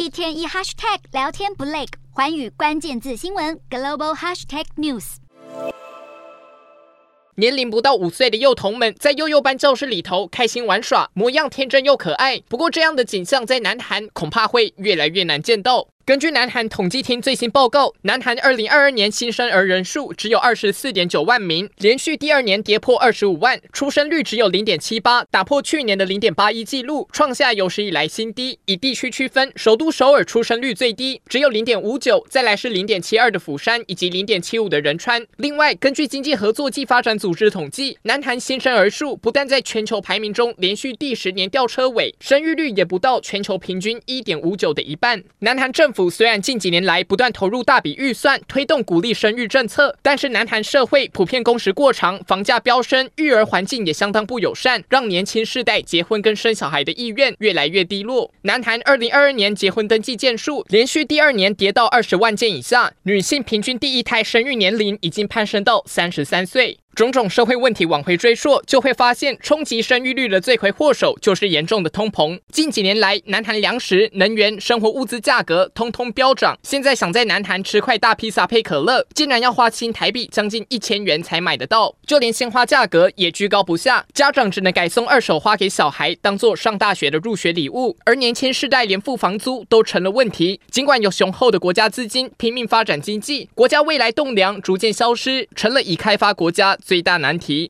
一天一 hashtag 聊天不累，寰宇关键字新闻 global hashtag news。 年龄不到5岁的幼童们在幼幼班教室里头开心玩耍，模样天真又可爱。不过，这样的景象在南韩恐怕会越来越难见到。根据南韩统计厅最新报告，南韩2022年新生儿人数只有24.9万名，连续第2年跌破25万，出生率只有 0.78， 打破去年的 0.81 纪录，创下有史以来新低。以地区区分，首都首尔出生率最低，只有 0.59， 再来是 0.72 的釜山以及 0.75 的仁川。另外，根据经济合作暨发展组织统计，南韩新生儿数不但在全球排名中连续第10年吊车尾，生育率也不到全球平均 1.59 的一半。南韩政府虽然近几年来不断投入大笔预算推动鼓励生育政策，但是南韩社会普遍工时过长，房价飙升，育儿环境也相当不友善，让年轻世代结婚跟生小孩的意愿越来越低落。南韩2022年结婚登记件数连续第2年跌到20万件以下，女性平均第一胎生育年龄已经攀升到33岁。种种社会问题往回追溯，就会发现冲击生育率的罪魁祸首就是严重的通膨。近几年来，南韩粮食、能源、生活物资价格通通飙涨。现在想在南韩吃块大披萨配可乐，竟然要花新台币将近1000元才买得到。就连鲜花价格也居高不下，家长只能改送2手花给小孩，当做上大学的入学礼物。而年轻世代连付房租都成了问题。尽管有雄厚的国家资金拼命发展经济，国家未来栋梁逐渐消失，成了已开发国家最大难题。